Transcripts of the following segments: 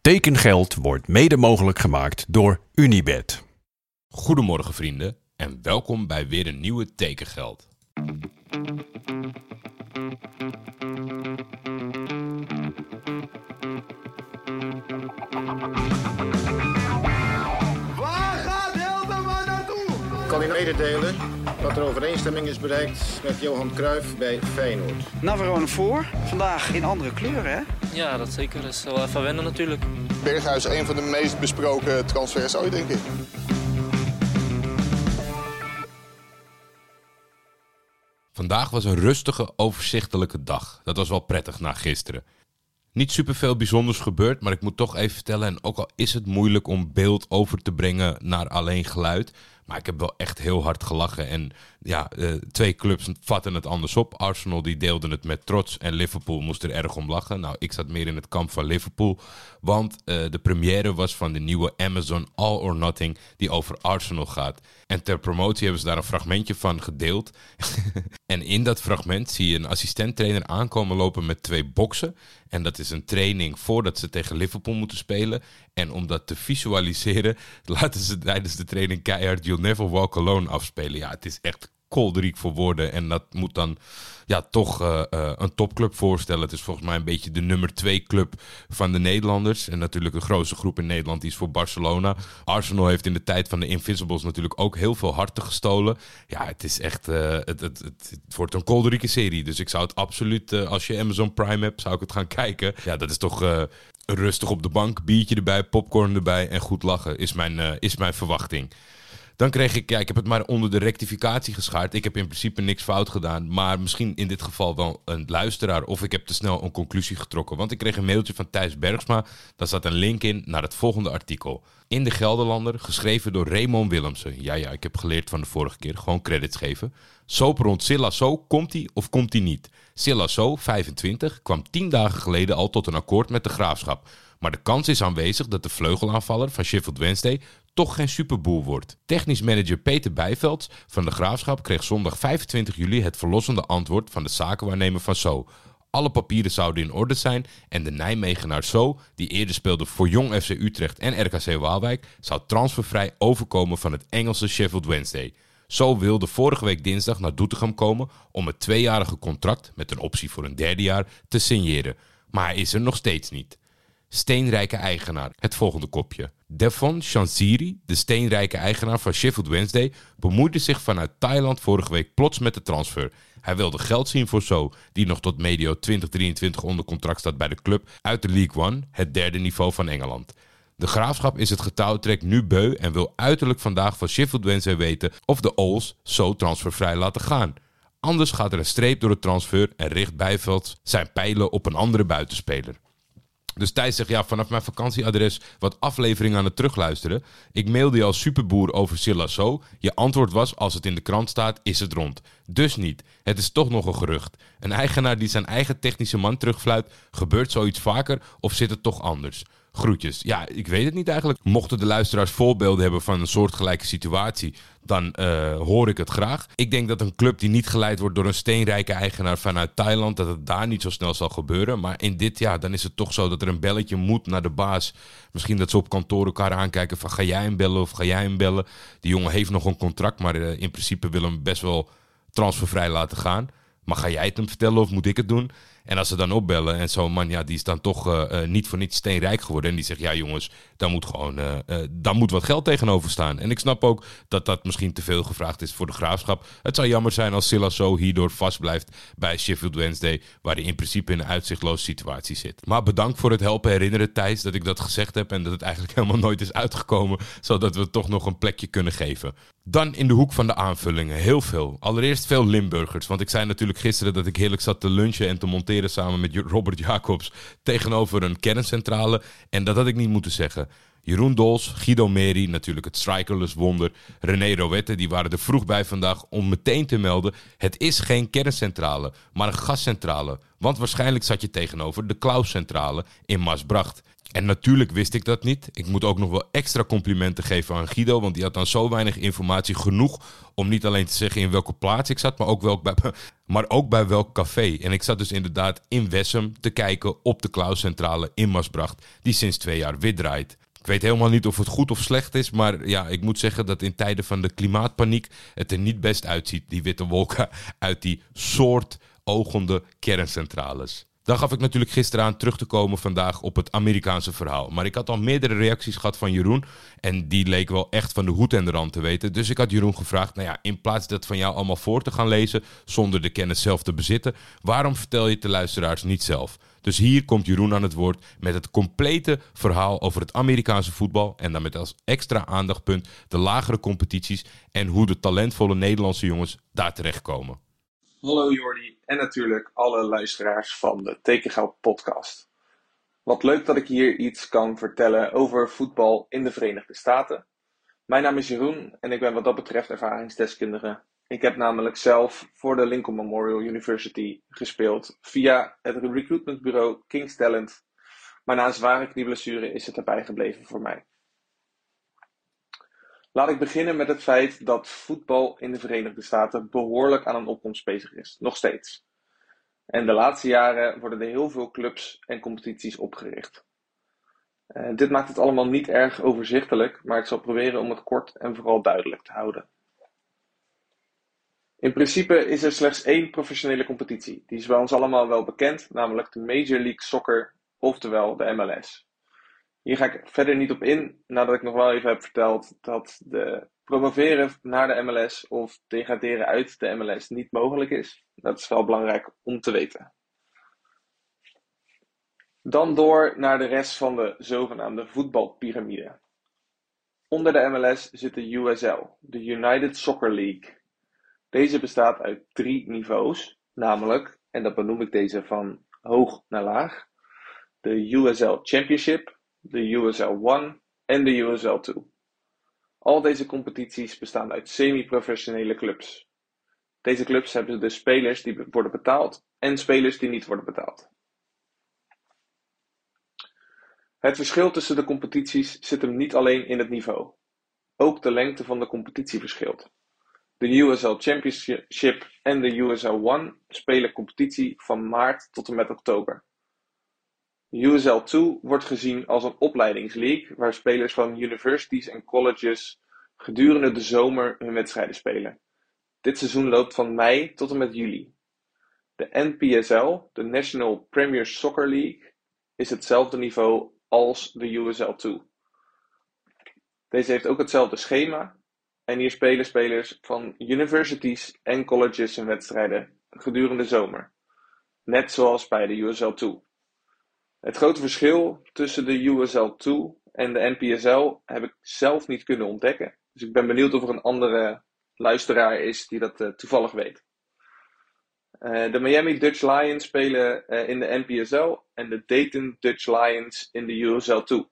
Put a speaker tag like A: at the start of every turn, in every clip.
A: Tekengeld wordt mede mogelijk gemaakt door Unibet.
B: Goedemorgen vrienden en welkom bij weer een nieuwe Tekengeld.
C: Waar gaat Helderman naartoe?
D: Ik kan u mededelen dat er overeenstemming is bereikt met Johan Cruijff bij Feyenoord.
E: Navarone voor, vandaag in andere kleuren, hè?
F: Ja, dat zeker. Dat is wel even wennen natuurlijk.
G: Berghuis, een van de meest besproken transfers ooit, denk ik.
B: Vandaag was een rustige, overzichtelijke dag. Dat was wel prettig na gisteren. Niet superveel bijzonders gebeurd, maar ik moet toch even vertellen. En ook al is het moeilijk om beeld over te brengen naar alleen geluid. Maar ik heb wel echt heel hard gelachen. En ja, twee clubs vatten het anders op. Arsenal die deelde het met trots en Liverpool moest er erg om lachen. Nou, ik zat meer in het kamp van Liverpool. Want de première was van de nieuwe Amazon All or Nothing die over Arsenal gaat. En ter promotie hebben ze daar een fragmentje van gedeeld. En in dat fragment zie je een assistenttrainer aankomen lopen met 2 boksen. En dat is een training voordat ze tegen Liverpool moeten spelen. En om dat te visualiseren laten ze tijdens de training keihard You'll Never Walk Alone afspelen. Ja, het is echt kolderiek voor woorden. En dat moet dan ja, toch een topclub voorstellen. Het is volgens mij een beetje de nummer 2 club van de Nederlanders. En natuurlijk de grootste groep in Nederland die is voor Barcelona. Arsenal heeft in de tijd van de Invincibles natuurlijk ook heel veel harten gestolen. Ja, het is echt het wordt een kolderieke serie. Dus ik zou het absoluut, als je Amazon Prime hebt, zou ik het gaan kijken. Ja, dat is toch rustig op de bank, biertje erbij, popcorn erbij en goed lachen is mijn verwachting. Dan kreeg ik heb het maar onder de rectificatie geschaard. Ik heb in principe niks fout gedaan. Maar misschien in dit geval wel een luisteraar. Of ik heb te snel een conclusie getrokken. Want ik kreeg een mailtje van Thijs Bergsma. Daar zat een link in naar het volgende artikel. In de Gelderlander, geschreven door Raymond Willemsen. Ja, ik heb geleerd van de vorige keer. Gewoon credits geven. Soap rond Silla So, komt hij of komt hij niet? Silla So, 25, kwam 10 dagen geleden al tot een akkoord met de Graafschap. Maar de kans is aanwezig dat de vleugelaanvaller van Sheffield Wednesday toch geen superboel wordt. Technisch manager Peter Bijvelds van de Graafschap kreeg zondag 25 juli het verlossende antwoord van de zakenwaarnemer van So. Alle papieren zouden in orde zijn en de Nijmegenaar So, die eerder speelde voor Jong FC Utrecht en RKC Waalwijk, zou transfervrij overkomen van het Engelse Sheffield Wednesday. So wilde vorige week dinsdag naar Doetinchem komen om het 2-jarige contract met een optie voor een 3e jaar te signeren. Maar hij is er nog steeds niet. Steenrijke eigenaar, het volgende kopje. Devon Chansiri, de steenrijke eigenaar van Sheffield Wednesday, bemoeide zich vanuit Thailand vorige week plots met de transfer. Hij wilde geld zien voor So, die nog tot medio 2023 onder contract staat bij de club uit de League One, het 3e niveau van Engeland. De Graafschap is het getouwtrek nu beu en wil uiterlijk vandaag van Sheffield Wednesday weten of de Ols So transfervrij laten gaan. Anders gaat er een streep door de transfer en richt Bijvelds zijn pijlen op een andere buitenspeler. Dus Thijs zegt, vanaf mijn vakantieadres wat afleveringen aan het terugluisteren. Ik mailde je als superboer over Silla So. Je antwoord was, als het in de krant staat, is het rond. Dus niet. Het is toch nog een gerucht. Een eigenaar die zijn eigen technische man terugfluit. Gebeurt zoiets vaker of zit het toch anders? Groetjes. Ja, ik weet het niet eigenlijk. Mochten de luisteraars voorbeelden hebben van een soortgelijke situatie, dan hoor ik het graag. Ik denk dat een club die niet geleid wordt door een steenrijke eigenaar vanuit Thailand, dat het daar niet zo snel zal gebeuren. Maar in dit jaar, dan is het toch zo dat er een belletje moet naar de baas. Misschien dat ze op kantoor elkaar aankijken van, ga jij hem bellen of ga jij hem bellen? Die jongen heeft nog een contract, maar in principe wil hem best wel transfervrij laten gaan. Maar ga jij het hem vertellen of moet ik het doen? En als ze dan opbellen en zo'n man, die is dan toch niet voor niets steenrijk geworden. En die zegt, ja jongens, daar moet wat geld tegenover staan. En ik snap ook dat dat misschien te veel gevraagd is voor de Graafschap. Het zou jammer zijn als Silla So hierdoor vast blijft bij Sheffield Wednesday, waar hij in principe in een uitzichtloze situatie zit. Maar bedankt voor het helpen herinneren, Thijs, dat ik dat gezegd heb en dat het eigenlijk helemaal nooit is uitgekomen, zodat we het toch nog een plekje kunnen geven. Dan in de hoek van de aanvullingen, heel veel. Allereerst veel Limburgers, want ik zei natuurlijk gisteren dat ik heerlijk zat te lunchen en te monteren samen met Robert Jacobs tegenover een kerncentrale. En dat had ik niet moeten zeggen. Jeroen Dols, Guido Meri, natuurlijk het strikerless wonder, René Rowette, die waren er vroeg bij vandaag om meteen te melden, het is geen kerncentrale, maar een gascentrale. Want waarschijnlijk zat je tegenover de Klauscentrale in Maasbracht. En natuurlijk wist ik dat niet. Ik moet ook nog wel extra complimenten geven aan Guido, want die had dan zo weinig informatie genoeg om niet alleen te zeggen in welke plaats ik zat, maar ook bij welk café. En ik zat dus inderdaad in Wessem te kijken op de Clauscentrale in Maasbracht, die sinds 2 jaar weer draait. Ik weet helemaal niet of het goed of slecht is, maar ja, ik moet zeggen dat in tijden van de klimaatpaniek het er niet best uitziet, die witte wolken uit die soort ogende kerncentrales. Dan gaf ik natuurlijk gisteren aan terug te komen vandaag op het Amerikaanse verhaal. Maar ik had al meerdere reacties gehad van Jeroen. En die leek wel echt van de hoed en de rand te weten. Dus ik had Jeroen gevraagd, in plaats dat van jou allemaal voor te gaan lezen, zonder de kennis zelf te bezitten, waarom vertel je het de luisteraars niet zelf? Dus hier komt Jeroen aan het woord met het complete verhaal over het Amerikaanse voetbal. En dan met als extra aandachtpunt de lagere competities en hoe de talentvolle Nederlandse jongens daar terechtkomen.
H: Hallo Jordi en natuurlijk alle luisteraars van de Tekengeld podcast. Wat leuk dat ik hier iets kan vertellen over voetbal in de Verenigde Staten. Mijn naam is Jeroen en ik ben wat dat betreft ervaringsdeskundige. Ik heb namelijk zelf voor de Lincoln Memorial University gespeeld via het recruitmentbureau King's Talent. Maar na een zware knieblessure is het erbij gebleven voor mij. Laat ik beginnen met het feit dat voetbal in de Verenigde Staten behoorlijk aan een opkomst bezig is. Nog steeds. En de laatste jaren worden er heel veel clubs en competities opgericht. Dit maakt het allemaal niet erg overzichtelijk, maar ik zal proberen om het kort en vooral duidelijk te houden. In principe is er slechts 1 professionele competitie. Die is bij ons allemaal wel bekend, namelijk de Major League Soccer, oftewel de MLS. Hier ga ik verder niet op in, nadat ik nog wel even heb verteld dat de promoveren naar de MLS of degraderen uit de MLS niet mogelijk is. Dat is wel belangrijk om te weten. Dan door naar de rest van de zogenaamde voetbalpyramide. Onder de MLS zit de USL, de United Soccer League. Deze bestaat uit 3 niveaus, namelijk, en dat benoem ik deze van hoog naar laag, de USL Championship, de USL One en de USL Two. Al deze competities bestaan uit semi-professionele clubs. Deze clubs hebben dus spelers die worden betaald en spelers die niet worden betaald. Het verschil tussen de competities zit hem niet alleen in het niveau. Ook de lengte van de competitie verschilt. De USL Championship en de USL One spelen competitie van maart tot en met oktober. USL 2 wordt gezien als een opleidingsleague waar spelers van universities en colleges gedurende de zomer hun wedstrijden spelen. Dit seizoen loopt van mei tot en met juli. De NPSL, de National Premier Soccer League, is hetzelfde niveau als de USL 2. Deze heeft ook hetzelfde schema en hier spelen spelers van universities en colleges hun wedstrijden gedurende de zomer. Net zoals bij de USL 2. Het grote verschil tussen de USL 2 en de NPSL heb ik zelf niet kunnen ontdekken. Dus ik ben benieuwd of er een andere luisteraar is die dat toevallig weet. De Miami Dutch Lions spelen in de NPSL en de Dayton Dutch Lions in de USL 2.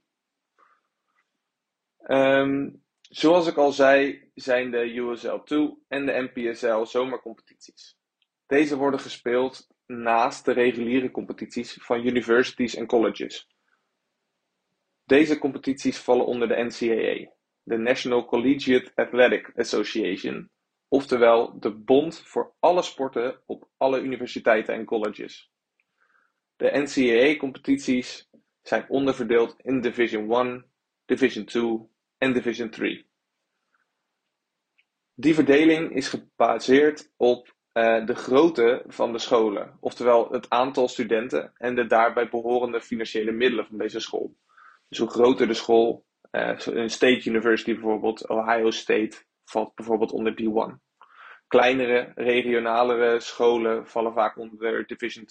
H: Zoals ik al zei, zijn de USL 2 en de NPSL zomercompetities. Deze worden gespeeld naast de reguliere competities van universities en colleges. Deze competities vallen onder de NCAA, de National Collegiate Athletic Association, oftewel de bond voor alle sporten op alle universiteiten en colleges. De NCAA-competities zijn onderverdeeld in Division 1, Division 2 en Division 3. Die verdeling is gebaseerd op de grootte van de scholen, oftewel het aantal studenten en de daarbij behorende financiële middelen van deze school. Dus hoe groter de school, een State University bijvoorbeeld, Ohio State, valt bijvoorbeeld onder D1. Kleinere, regionalere scholen vallen vaak onder Division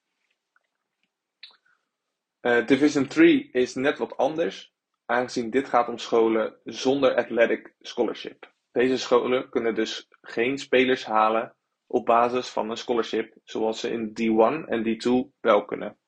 H: 2. Division 3 is net wat anders, aangezien dit gaat om scholen zonder athletic scholarship. Deze scholen kunnen dus geen spelers halen op basis van een scholarship, zoals ze in D1 en D2 wel kunnen.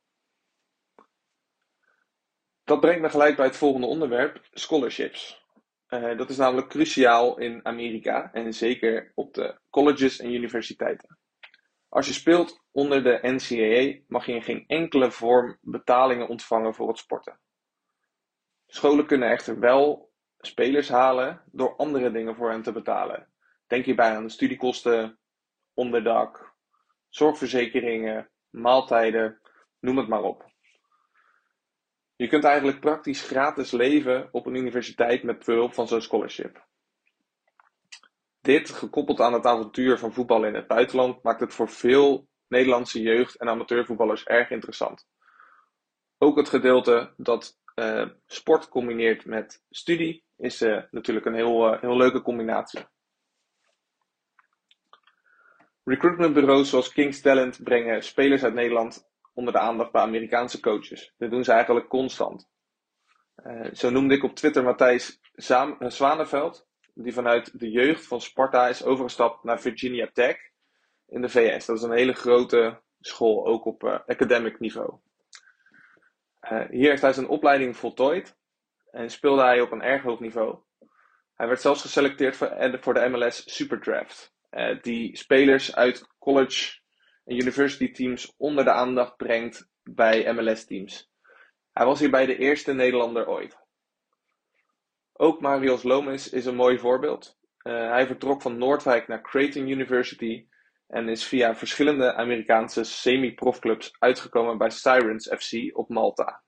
H: Dat brengt me gelijk bij het volgende onderwerp, scholarships. Dat is namelijk cruciaal in Amerika en zeker op de colleges en universiteiten. Als je speelt onder de NCAA mag je in geen enkele vorm betalingen ontvangen voor het sporten. Scholen kunnen echter wel spelers halen door andere dingen voor hen te betalen. Denk hierbij aan de studiekosten, onderdak, zorgverzekeringen, maaltijden, noem het maar op. Je kunt eigenlijk praktisch gratis leven op een universiteit met behulp van zo'n scholarship. Dit, gekoppeld aan het avontuur van voetbal in het buitenland, maakt het voor veel Nederlandse jeugd- en amateurvoetballers erg interessant. Ook het gedeelte dat sport combineert met studie is natuurlijk een heel leuke combinatie. Recruitmentbureaus zoals King's Talent brengen spelers uit Nederland onder de aandacht bij Amerikaanse coaches. Dit doen ze eigenlijk constant. Zo noemde ik op Twitter Matthijs Zwaneveld, die vanuit de jeugd van Sparta is overgestapt naar Virginia Tech in de VS. Dat is een hele grote school, ook op academic niveau. Hier heeft hij zijn opleiding voltooid en speelde hij op een erg hoog niveau. Hij werd zelfs geselecteerd voor de MLS Superdraft, die spelers uit college en university teams onder de aandacht brengt bij MLS teams. Hij was hierbij de eerste Nederlander ooit. Ook Marios Lomis is een mooi voorbeeld. Hij vertrok van Noordwijk naar Creighton University en is via verschillende Amerikaanse semi-profclubs uitgekomen bij Sirens FC op Malta.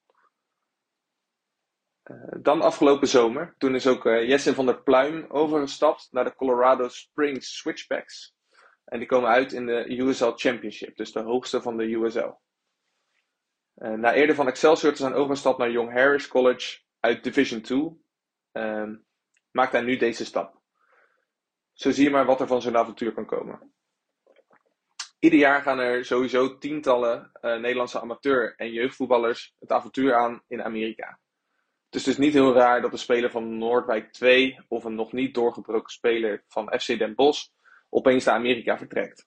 H: Dan afgelopen zomer, toen is ook Jessin van der Pluim overgestapt naar de Colorado Springs Switchbacks. En die komen uit in de USL Championship, dus de hoogste van de USL. Na eerder van Excelsior te zijn overgestapt naar Young Harris College uit Division 2, maakt hij nu deze stap. Zo zie je maar wat er van zo'n avontuur kan komen. Ieder jaar gaan er sowieso tientallen Nederlandse amateur- en jeugdvoetballers het avontuur aan in Amerika. Het is dus niet heel raar dat een speler van Noordwijk 2 of een nog niet doorgebroken speler van FC Den Bosch opeens naar Amerika vertrekt.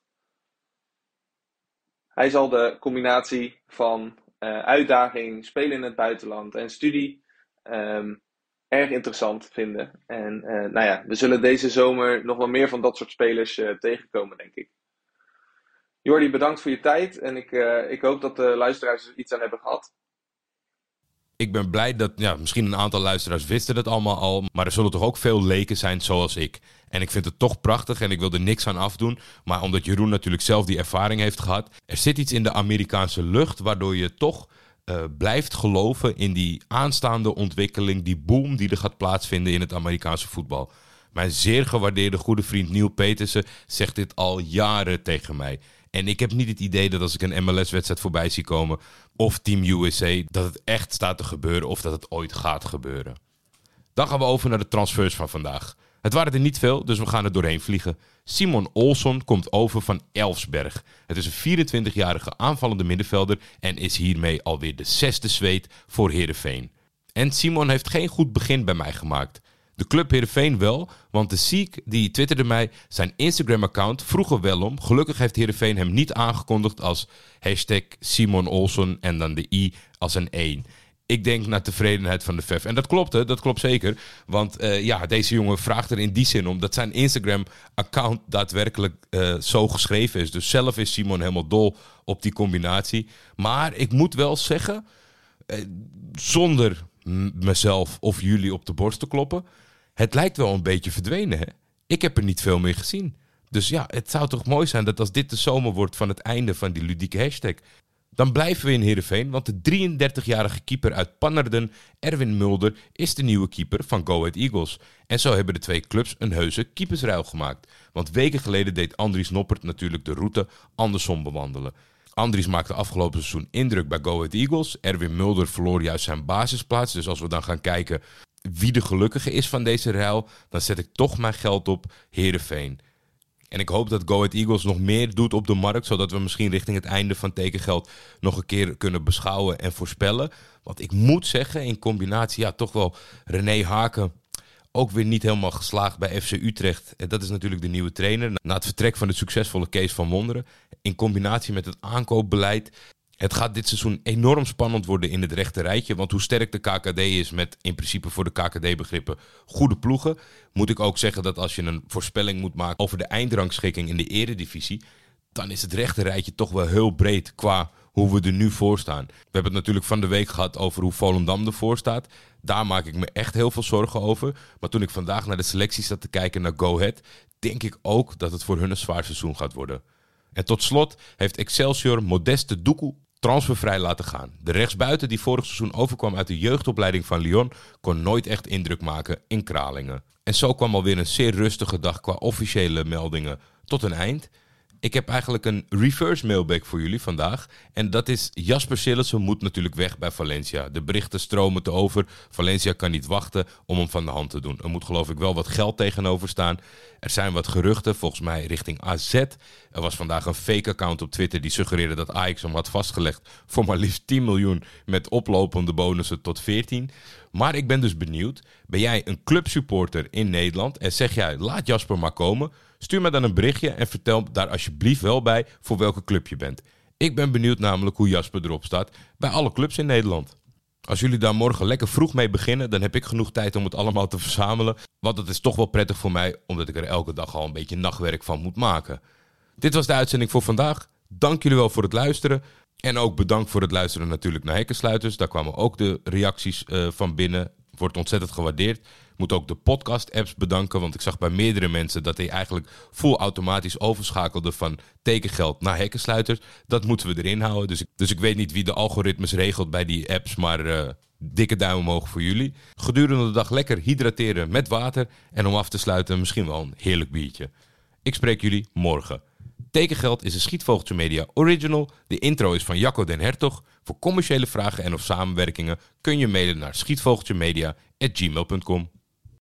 H: Hij zal de combinatie van uitdaging, spelen in het buitenland en studie erg interessant vinden. En we zullen deze zomer nog wel meer van dat soort spelers tegenkomen, denk ik. Jordi, bedankt voor je tijd en ik hoop dat de luisteraars er iets aan hebben gehad.
B: Ik ben blij dat, misschien een aantal luisteraars wisten dat allemaal al, maar er zullen toch ook veel leken zijn zoals ik. En ik vind het toch prachtig en ik wil er niks aan afdoen, maar omdat Jeroen natuurlijk zelf die ervaring heeft gehad, er zit iets in de Amerikaanse lucht waardoor je toch blijft geloven in die aanstaande ontwikkeling, die boom die er gaat plaatsvinden in het Amerikaanse voetbal. Mijn zeer gewaardeerde goede vriend Neil Petersen zegt dit al jaren tegen mij. En ik heb niet het idee dat als ik een MLS-wedstrijd voorbij zie komen, of Team USA, dat het echt staat te gebeuren of dat het ooit gaat gebeuren. Dan gaan we over naar de transfers van vandaag. Het waren er niet veel, dus we gaan er doorheen vliegen. Simon Olsson komt over van Elfsberg. Het is een 24-jarige aanvallende middenvelder en is hiermee alweer de 6e Zweed voor Heerenveen. En Simon heeft geen goed begin bij mij gemaakt. De club Heerenveen wel, want de Siek die twitterde mij zijn Instagram-account vroeger wel om. Gelukkig heeft Heerenveen hem niet aangekondigd als #Simon Olsson en dan de I als een 1. Ik denk naar tevredenheid van de VEF. En dat klopt zeker. Want deze jongen vraagt er in die zin om dat zijn Instagram-account daadwerkelijk zo geschreven is. Dus zelf is Simon helemaal dol op die combinatie. Maar ik moet wel zeggen, zonder mezelf of jullie op de borst te kloppen, het lijkt wel een beetje verdwenen, hè? Ik heb er niet veel meer gezien. Dus ja, het zou toch mooi zijn dat als dit de zomer wordt van het einde van die ludieke hashtag, dan blijven we in Heerenveen, want de 33-jarige keeper uit Pannerden, Erwin Mulder, is de nieuwe keeper van Go Ahead Eagles. En zo hebben de twee clubs een heuse keepersruil gemaakt. Want weken geleden deed Andries Noppert natuurlijk de route andersom bewandelen. Andries maakte afgelopen seizoen indruk bij Go Ahead Eagles. Erwin Mulder verloor juist zijn basisplaats. Dus als we dan gaan kijken wie de gelukkige is van deze ruil, dan zet ik toch mijn geld op Heerenveen. En ik hoop dat Go Ahead Eagles nog meer doet op de markt, zodat we misschien richting het einde van tekengeld nog een keer kunnen beschouwen en voorspellen. Want ik moet zeggen, in combinatie, toch wel René Haken, ook weer niet helemaal geslaagd bij FC Utrecht. En dat is natuurlijk de nieuwe trainer. Na het vertrek van de succesvolle Kees van Wonderen, in combinatie met het aankoopbeleid. Het gaat dit seizoen enorm spannend worden in het rechte rijtje. Want hoe sterk de KKD is met in principe voor de KKD-begrippen goede ploegen, moet ik ook zeggen dat als je een voorspelling moet maken over de eindrangschikking in de eredivisie, dan is het rechterrijtje toch wel heel breed qua hoe we er nu voor staan. We hebben het natuurlijk van de week gehad over hoe Volendam ervoor staat. Daar maak ik me echt heel veel zorgen over. Maar toen ik vandaag naar de selectie zat te kijken naar Go Ahead, denk ik ook dat het voor hun een zwaar seizoen gaat worden. En tot slot heeft Excelsior Modeste Doekoe transfervrij laten gaan. De rechtsbuiten die vorig seizoen overkwam uit de jeugdopleiding van Lyon kon nooit echt indruk maken in Kralingen. En zo kwam alweer een zeer rustige dag qua officiële meldingen tot een eind. Ik heb eigenlijk een reverse mailback voor jullie vandaag. En dat is Jasper Sillissen moet natuurlijk weg bij Valencia. De berichten stromen te over. Valencia kan niet wachten om hem van de hand te doen. Er moet geloof ik wel wat geld tegenover staan. Er zijn wat geruchten, volgens mij richting AZ. Er was vandaag een fake account op Twitter die suggereerde dat Ajax hem had vastgelegd voor maar liefst 10 miljoen met oplopende bonussen tot 14. Maar ik ben dus benieuwd, ben jij een clubsupporter in Nederland en zeg jij laat Jasper maar komen? Stuur me dan een berichtje en vertel daar alsjeblieft wel bij voor welke club je bent. Ik ben benieuwd namelijk hoe Jasper erop staat bij alle clubs in Nederland. Als jullie daar morgen lekker vroeg mee beginnen, dan heb ik genoeg tijd om het allemaal te verzamelen. Want het is toch wel prettig voor mij, omdat ik er elke dag al een beetje nachtwerk van moet maken. Dit was de uitzending voor vandaag. Dank jullie wel voor het luisteren. En ook bedankt voor het luisteren natuurlijk naar Hekkensluiters. Daar kwamen ook de reacties van binnen. Wordt ontzettend gewaardeerd. Ik moet ook de podcast-apps bedanken, want ik zag bij meerdere mensen dat hij eigenlijk full automatisch overschakelde van tekengeld naar Hekkensluiters. Dat moeten we erin houden. Dus ik weet niet wie de algoritmes regelt bij die apps, maar dikke duim omhoog voor jullie. Gedurende de dag lekker hydrateren met water en om af te sluiten misschien wel een heerlijk biertje. Ik spreek jullie morgen. Tekengeld is een Schietvogeltje Media original. De intro is van Jacco den Hertog. Voor commerciële vragen en of samenwerkingen kun je mailen naar schietvogeltjemedia@gmail.com.